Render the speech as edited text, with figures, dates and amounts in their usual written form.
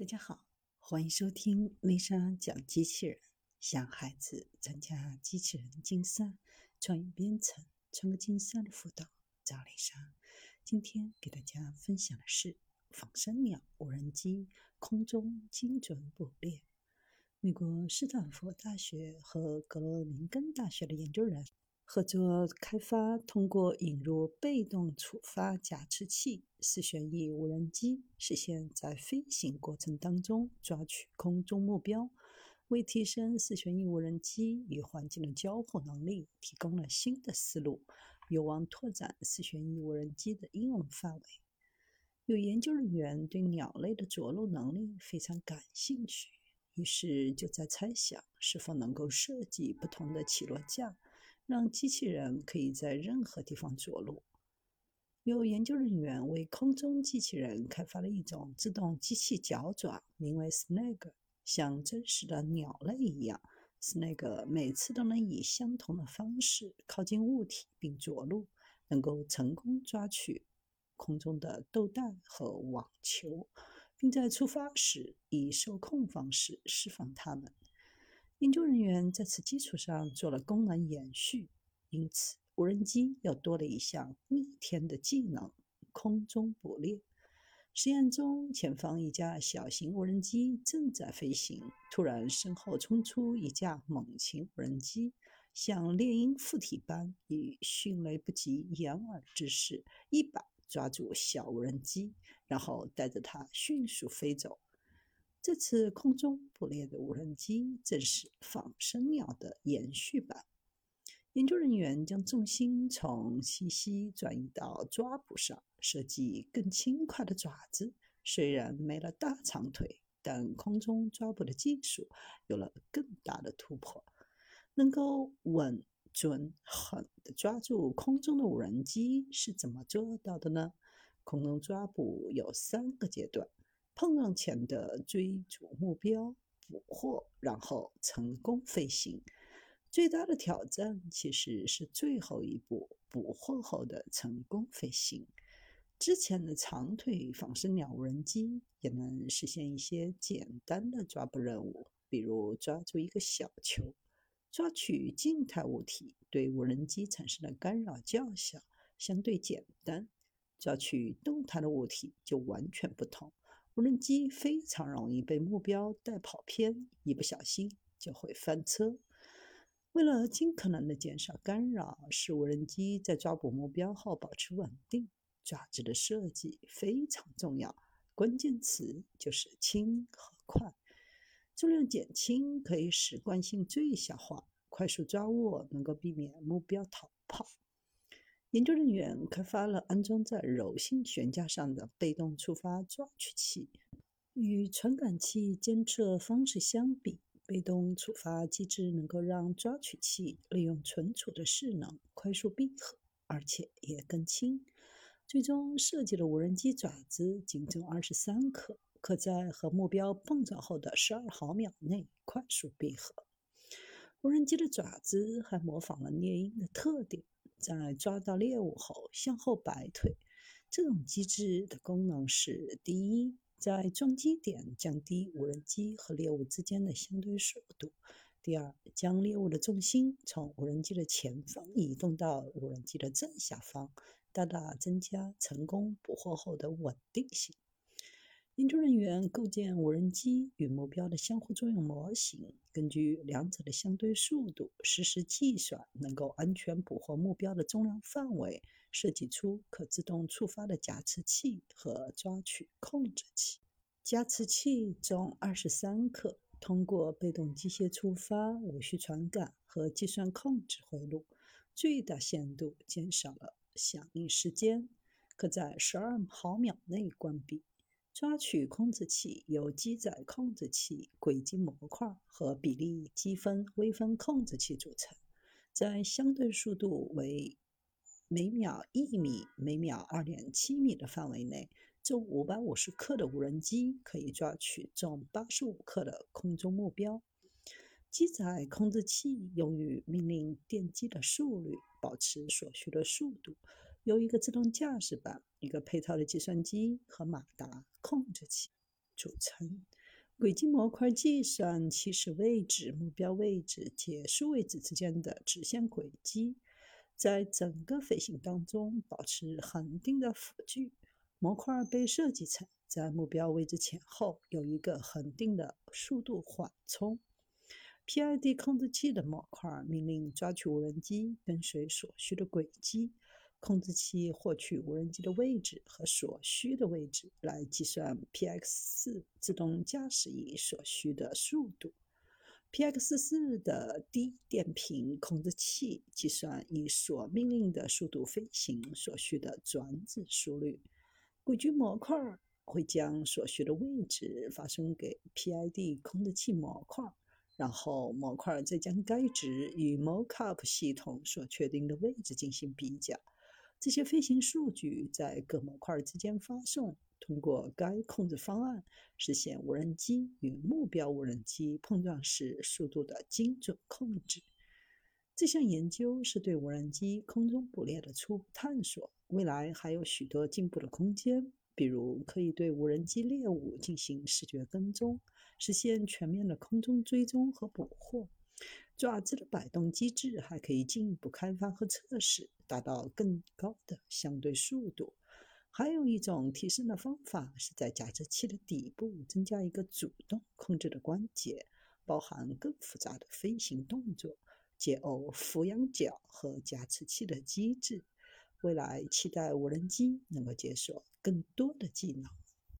大家好，欢迎收听丽莎讲机器人，想孩子参加机器人竞赛、创意编程、创客竞赛的辅导，找丽莎。今天给大家分享的是仿生鸟无人机空中精准捕猎。美国斯坦福大学和格罗宁根大学的研究人合作开发通过引入被动触发夹持器四旋翼无人机，实现在飞行过程当中抓取空中目标，为提升四旋翼无人机与环境的交互能力提供了新的思路，有望拓展四旋翼无人机的应用范围。有研究人员对鸟类的着陆能力非常感兴趣，于是就在猜想是否能够设计不同的起落架，让机器人可以在任何地方着陆。有研究人员为空中机器人开发了一种自动机器脚爪，名为 Snag， 像真实的鸟类一样。Snag 每次都能以相同的方式靠近物体并着陆，能够成功抓取空中的豆袋和网球，并在出发时以受控方式释放它们。研究人员在此基础上做了功能延续，因此无人机又多了一项逆天的技能——空中捕猎。实验中，前方一架小型无人机正在飞行，突然身后冲出一架猛禽无人机，像猎鹰附体般以迅雷不及掩耳之势一把抓住小无人机，然后带着它迅速飞走。这次空中捕猎的无人机正是仿生鸟的延续版。研究人员将重心从栖息转移到抓捕上，设计更轻快的爪子。虽然没了大长腿，但空中抓捕的技术有了更大的突破，能够稳准狠地抓住空中的无人机是怎么做到的呢？空中抓捕有3个阶段：碰撞前的追逐目标、捕获，然后成功飞行。最大的挑战其实是最后一步，捕获后的成功飞行。之前的长腿仿生鸟无人机也能实现一些简单的抓捕任务，比如抓住一个小球。抓取静态物体对无人机产生的干扰较小，相对简单。抓取动态的物体就完全不同，无人机非常容易被目标带跑偏，一不小心就会翻车。为了尽可能的减少干扰，使无人机在抓捕目标后保持稳定，爪子的设计非常重要，关键词就是轻和快。重量减轻可以使惯性最小化，快速抓握能够避免目标逃跑。研究人员开发了安装在柔性悬架上的被动触发抓取器。与传感器监测方式相比，被动触发机制能够让抓取器利用存储的势能快速闭合，而且也更轻。最终设计的无人机爪子仅重23克，可在和目标碰撞后的12毫秒内快速闭合。无人机的爪子还模仿了猎鹰的特点，在抓到猎物后向后摆腿。这种机制的功能是：第一，在撞击点降低无人机和猎物之间的相对速度；第二，将猎物的重心从无人机的前方移动到无人机的正下方，大大增加成功捕获后的稳定性。研究人员构建无人机与目标的相互作用模型，根据两者的相对速度实时计算能够安全捕获目标的重量范围，设计出可自动触发的夹持器和抓取控制器。夹持器重23克，通过被动机械触发、无需传感和计算控制回路，最大限度减少了响应时间，可在12毫秒内关闭。抓取控制器由机载控制器、轨迹模块和比例积分微分控制器组成，在相对速度为每秒1米、每秒2.7米的范围内，重550克的无人机可以抓取重85克的空中目标。机载控制器用于命令电机的速率，保持所需的速度。由一个自动驾驶板、一个配套的计算机和马达控制器。 组成。轨迹模块计算起始位置、目标位置、结束位置之间的直线轨迹，在整个飞行当中保持恒定的幅距。模块被设计成在目标位置前后有一个恒定的速度缓冲。PID 控制器的模块命令抓取无人机跟随所需的轨迹，控制器获取无人机的位置和所需的位置，来计算 PX4 自动驾驶仪所需的速度。PX4 的低电平控制器计算以所命令的速度飞行所需的转子速率。轨迹模块会将所需的位置发送给 PID 控制器模块，然后模块再将该值与 Mockup 系统所确定的位置进行比较。这些飞行数据在各模块之间发送，通过该控制方案实现无人机与目标无人机碰撞时速度的精准控制。这项研究是对无人机空中捕猎的初步探索，未来还有许多进步的空间，比如可以对无人机猎物进行视觉跟踪，实现全面的空中追踪和捕获。爪子的摆动机制还可以进一步开发和测试，达到更高的相对速度。还有一种提升的方法是在加湿器的底部增加一个主动控制的关节，包含更复杂的飞行动作，解耦俯仰角和加湿器的机制。未来期待无人机能够解锁更多的技能。